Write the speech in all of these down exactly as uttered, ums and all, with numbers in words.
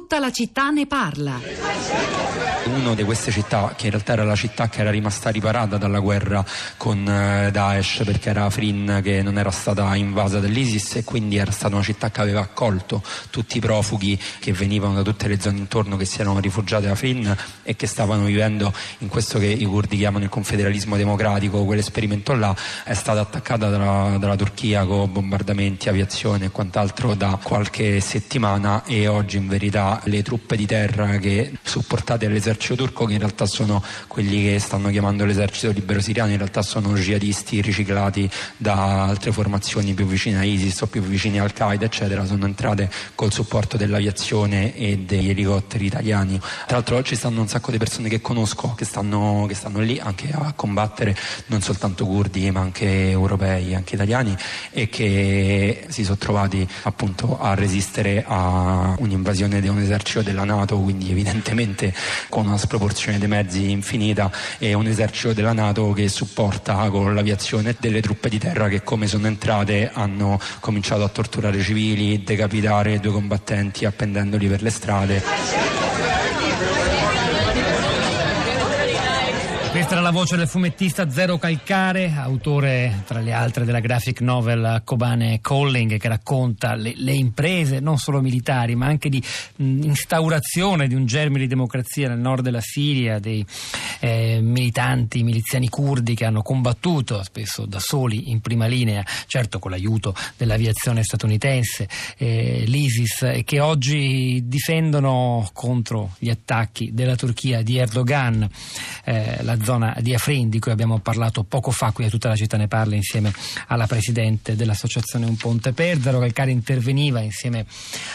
Tutta la città ne parla. Una di queste città, che in realtà era la città che era rimasta riparata dalla guerra con eh, Daesh, perché era Afrin, che non era stata invasa dall'ISIS, e quindi era stata una città che aveva accolto tutti i profughi che venivano da tutte le zone intorno, che si erano rifugiati a Afrin e che stavano vivendo in questo che i curdi chiamano il confederalismo democratico. Quell'esperimento là è stata attaccata dalla, dalla Turchia con bombardamenti, aviazione e quant'altro da qualche settimana, e oggi in verità le truppe di terra che supportate all'esercito turco, che in realtà sono quelli che stanno chiamando l'esercito libero siriano, in realtà sono jihadisti riciclati da altre formazioni più vicine a ISIS o più vicine a Al-Qaeda eccetera, sono entrate col supporto dell'aviazione e degli elicotteri italiani. Tra l'altro ci stanno un sacco di persone che conosco che stanno, che stanno lì anche a combattere, non soltanto curdi ma anche europei, anche italiani, e che si sono trovati appunto a resistere a un'invasione di un esercito della NATO, quindi evidentemente con una sproporzione dei mezzi infinita, e un esercito della NATO che supporta con l'aviazione delle truppe di terra che, come sono entrate, hanno cominciato a torturare civili, decapitare due combattenti appendendoli per le strade. Questa era la voce del fumettista Zero Calcare, autore tra le altre della graphic novel Kobane Calling, che racconta le, le imprese non solo militari ma anche di mh, instaurazione di un germe di democrazia nel nord della Siria, dei eh, militanti, miliziani curdi che hanno combattuto spesso da soli in prima linea, certo con l'aiuto dell'aviazione statunitense, eh, l'ISIS, e che oggi difendono contro gli attacchi della Turchia di Erdogan eh, la zona di Afrin, di cui abbiamo parlato poco fa qui a Tutta la città ne parla, insieme alla presidente dell'associazione Un Ponte Per. Zero Calcare interveniva insieme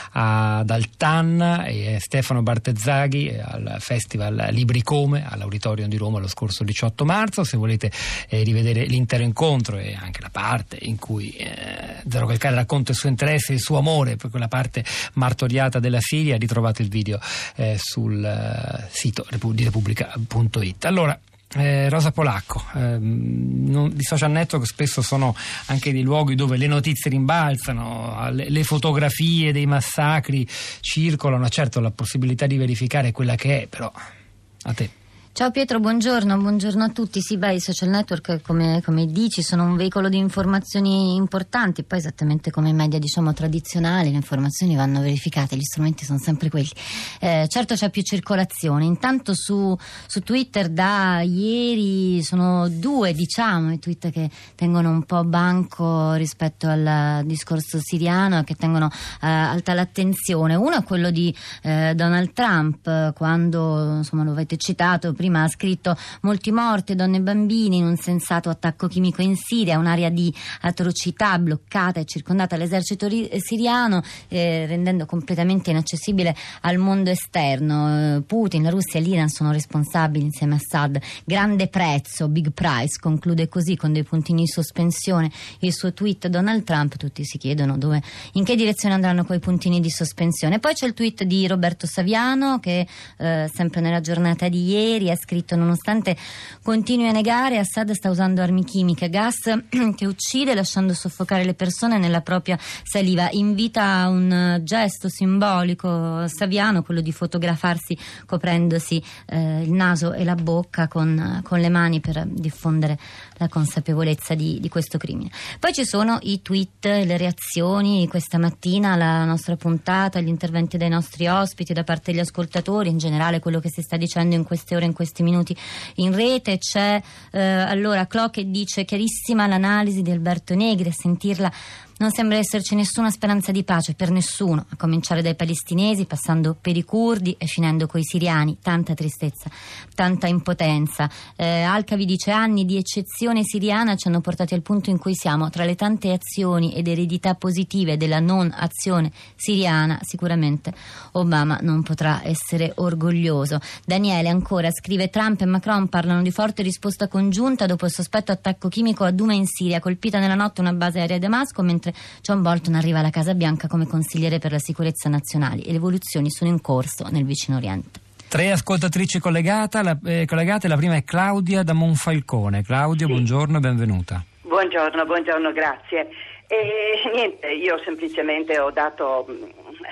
ad Altan e Stefano Bartezzaghi al Festival Libri Come all'Auditorium di Roma lo scorso diciotto marzo. Se volete eh, rivedere l'intero incontro e anche la parte in cui eh, Zero Calcare racconta il suo interesse e il suo amore per quella parte martoriata della Siria, ritrovate il video eh, sul eh, sito di Repubblica punto it. Allora, Eh, Rosa Polacco, eh, non, i social network spesso sono anche dei luoghi dove le notizie rimbalzano, le, le fotografie dei massacri circolano, certo la possibilità di verificare è quella che è, però a te. Ciao Pietro, buongiorno, buongiorno a tutti. Sì, beh, i social network, come, come dici, sono un veicolo di informazioni importanti, poi esattamente come i media, diciamo, tradizionali, le informazioni vanno verificate, gli strumenti sono sempre quelli. Eh, certo c'è più circolazione, intanto su, su Twitter da ieri sono due, diciamo, i tweet che tengono un po' banco rispetto al discorso siriano e che tengono eh, alta l'attenzione. Uno è quello di eh, Donald Trump, quando, insomma, lo avete citato, prima ha scritto: molti morti, donne e bambini in un sensato attacco chimico in Siria, un'area di atrocità bloccata e circondata dall'esercito ri- siriano, eh, rendendo completamente inaccessibile al mondo esterno. Eh, Putin, la Russia e l'Iran sono responsabili insieme a Assad. Grande prezzo, big price, conclude così con dei puntini di sospensione il suo tweet Donald Trump. Tutti si chiedono dove, in che direzione andranno quei puntini di sospensione. Poi c'è il tweet di Roberto Saviano che eh, sempre nella giornata di ieri ha scritto: nonostante continui a negare, Assad sta usando armi chimiche, gas che uccide lasciando soffocare le persone nella propria saliva. Invita a un gesto simbolico Saviano, quello di fotografarsi coprendosi eh, il naso e la bocca con, con le mani per diffondere la consapevolezza di, di questo crimine. Poi ci sono i tweet, le reazioni questa mattina alla nostra puntata, gli interventi dei nostri ospiti da parte degli ascoltatori, in generale quello che si sta dicendo in queste ore, in questi minuti in rete. C'è eh, allora Clo che dice: chiarissima l'analisi di Alberto Negri, a sentirla non sembra esserci nessuna speranza di pace per nessuno, a cominciare dai palestinesi, passando per i curdi e finendo coi siriani. Tanta tristezza, tanta impotenza. Eh, Alcavi dice: anni di eccezione siriana ci hanno portati al punto in cui siamo. Tra le tante azioni ed eredità positive della non azione siriana, sicuramente Obama non potrà essere orgoglioso. Daniele ancora scrive: Trump e Macron parlano di forte risposta congiunta dopo il sospetto attacco chimico a Douma in Siria, colpita nella notte una base aerea a Damasco, mentre John Bolton arriva alla Casa Bianca come consigliere per la sicurezza nazionale, e le evoluzioni sono in corso nel vicino Oriente. Tre ascoltatrici collegate, la, eh, collegate, la prima è Claudia da Monfalcone. Claudio, sì. Buongiorno e benvenuta. Buongiorno, buongiorno, grazie. E niente, io semplicemente ho dato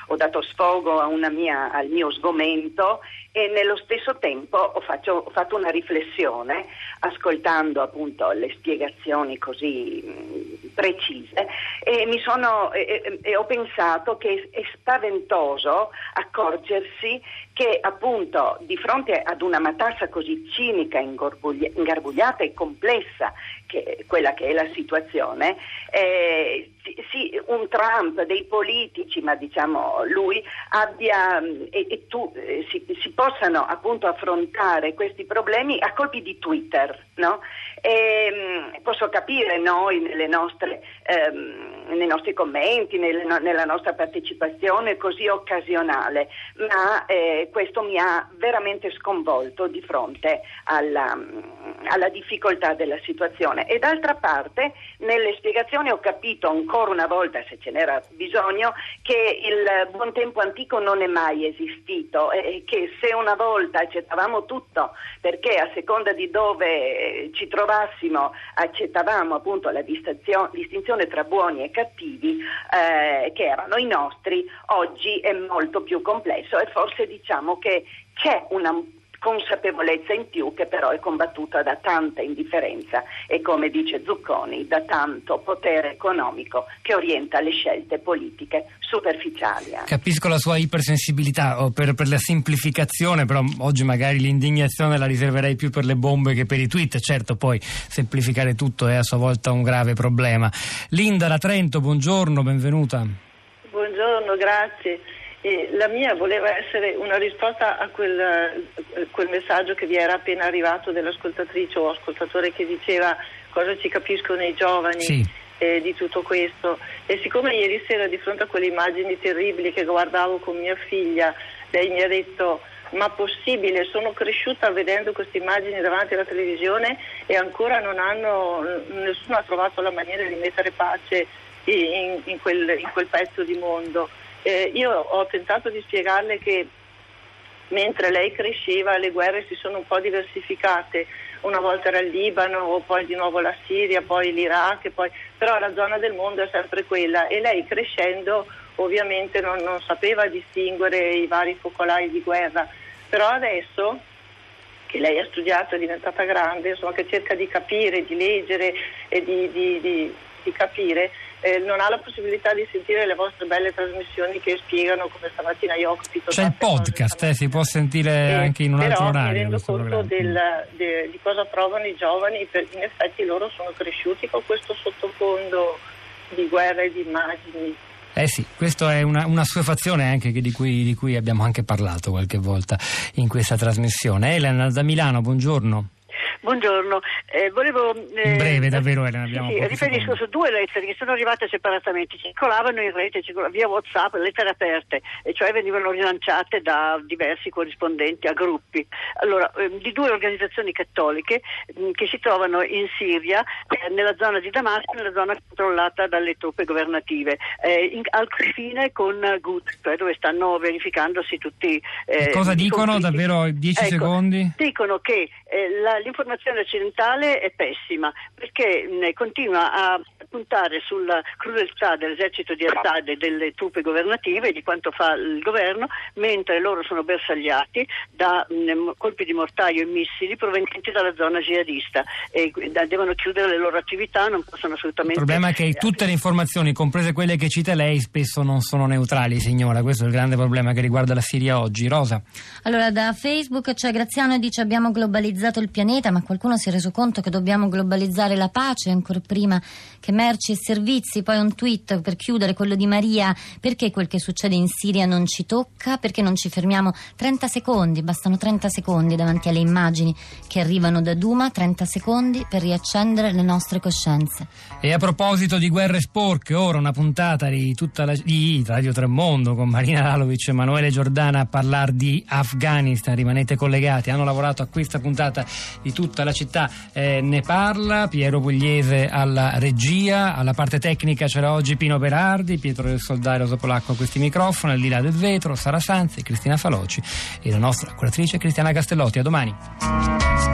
ho dato sfogo a una mia, al mio sgomento e nello stesso tempo ho, faccio, ho fatto una riflessione ascoltando appunto le spiegazioni così mh, precise e mi sono e, e ho pensato che è spaventoso accorgersi che appunto di fronte ad una matassa così cinica, ingarbugliata e complessa che quella che è la situazione, eh, sì, un Trump, dei politici, ma diciamo lui abbia e, e tu eh, si, si possano appunto affrontare questi problemi a colpi di Twitter, no? E, mh, posso capire noi nelle nostre ehm, nei nostri commenti, nelle, no, nella nostra partecipazione così occasionale, ma eh, questo mi ha veramente sconvolto di fronte alla, alla difficoltà della situazione. E d'altra parte nelle spiegazioni ho capito ancora una volta, se ce n'era bisogno, che il buon tempo antico non è mai esistito e che se una volta accettavamo tutto perché a seconda di dove ci trovassimo accettavamo appunto la distinzione tra buoni e cattivi eh, che erano i nostri, oggi è molto più complesso e forse diciamo che c'è una consapevolezza in più che però è combattuta da tanta indifferenza e, come dice Zucconi, da tanto potere economico che orienta le scelte politiche superficiali. Capisco la sua ipersensibilità o per, per la semplificazione, però oggi magari l'indignazione la riserverei più per le bombe che per i tweet. Certo, poi semplificare tutto è a sua volta un grave problema. Linda da Trento, buongiorno, benvenuta. Buongiorno, grazie. E la mia voleva essere una risposta a quel, quel messaggio che vi era appena arrivato dell'ascoltatrice o ascoltatore che diceva cosa ci capiscono i giovani. Sì. Eh, di tutto questo. E siccome ieri sera di fronte a quelle immagini terribili che guardavo con mia figlia, lei mi ha detto: ma possibile, sono cresciuta vedendo queste immagini davanti alla televisione e ancora non hanno, nessuno ha trovato la maniera di mettere pace in, in, quel, in quel pezzo di mondo. Eh, io ho tentato di spiegarle che mentre lei cresceva le guerre si sono un po' diversificate, una volta era il Libano, poi di nuovo la Siria, poi l'Iraq, poi... però la zona del mondo è sempre quella e lei crescendo ovviamente non, non sapeva distinguere i vari focolai di guerra, però adesso che lei ha studiato, è diventata grande, insomma, che cerca di capire, di leggere e di, di, di, di capire, eh, non ha la possibilità di sentire le vostre belle trasmissioni che spiegano, come stamattina io ho capito. C'è il podcast, eh, si può sentire eh, anche in un altro orario. Però mi rendo conto del, de, di cosa provano i giovani, perché in effetti loro sono cresciuti con questo sottofondo di guerra e di immagini. Eh sì, questa è una, una assuefazione anche che di, cui, di cui abbiamo anche parlato qualche volta in questa trasmissione. Elena da Milano, buongiorno. Buongiorno, eh, volevo... Eh, in breve, davvero Elena, abbiamo sì, riferisco secondi. su due lettere che sono arrivate separatamente, circolavano in rete, circolavano via WhatsApp, lettere aperte, e cioè venivano rilanciate da diversi corrispondenti a gruppi. Allora, eh, di due organizzazioni cattoliche mh, che si trovano in Siria, eh, nella zona di Damasco, nella zona controllata dalle truppe governative, eh, in, al confine con Gut, cioè dove stanno verificandosi tutti... Eh, cosa dicono? conflitti. Davvero dieci ecco, secondi? Dicono che eh, la, l'informazione occidentale è pessima perché mh, continua a puntare sulla crudeltà dell'esercito di Assad e delle truppe governative e di quanto fa il governo, mentre loro sono bersagliati da mh, colpi di mortaio e missili provenienti dalla zona jihadista e da, devono chiudere le loro attività, non possono assolutamente... Il problema è che tutte le informazioni, comprese quelle che cita lei, spesso non sono neutrali, signora. Questo è il grande problema che riguarda la Siria oggi. Rosa? Allora, da Facebook c'è Graziano e dice: abbiamo globalizzato il pianeta, ma qualcuno si è reso conto che dobbiamo globalizzare la pace ancora prima che merci e servizi. Poi un tweet per chiudere, quello di Maria: perché quel che succede in Siria non ci tocca? Perché non ci fermiamo trenta secondi, bastano trenta secondi davanti alle immagini che arrivano da Douma, trenta secondi per riaccendere le nostre coscienze. E a proposito di guerre sporche, ora una puntata di tutta la di Radio Tremondo con Marina Lalovic e Emanuele Giordana a parlare di Afghanistan. Rimanete collegati, hanno lavorato a questa puntata di Tutta la città eh, ne parla, Piero Pugliese alla regia, alla parte tecnica c'era oggi Pino Berardi, Pietro del Soldario Sopolacco a questi microfoni, al di là del vetro Sara Sanzi, Cristina Faloci e la nostra curatrice Cristiana Castellotti. A domani.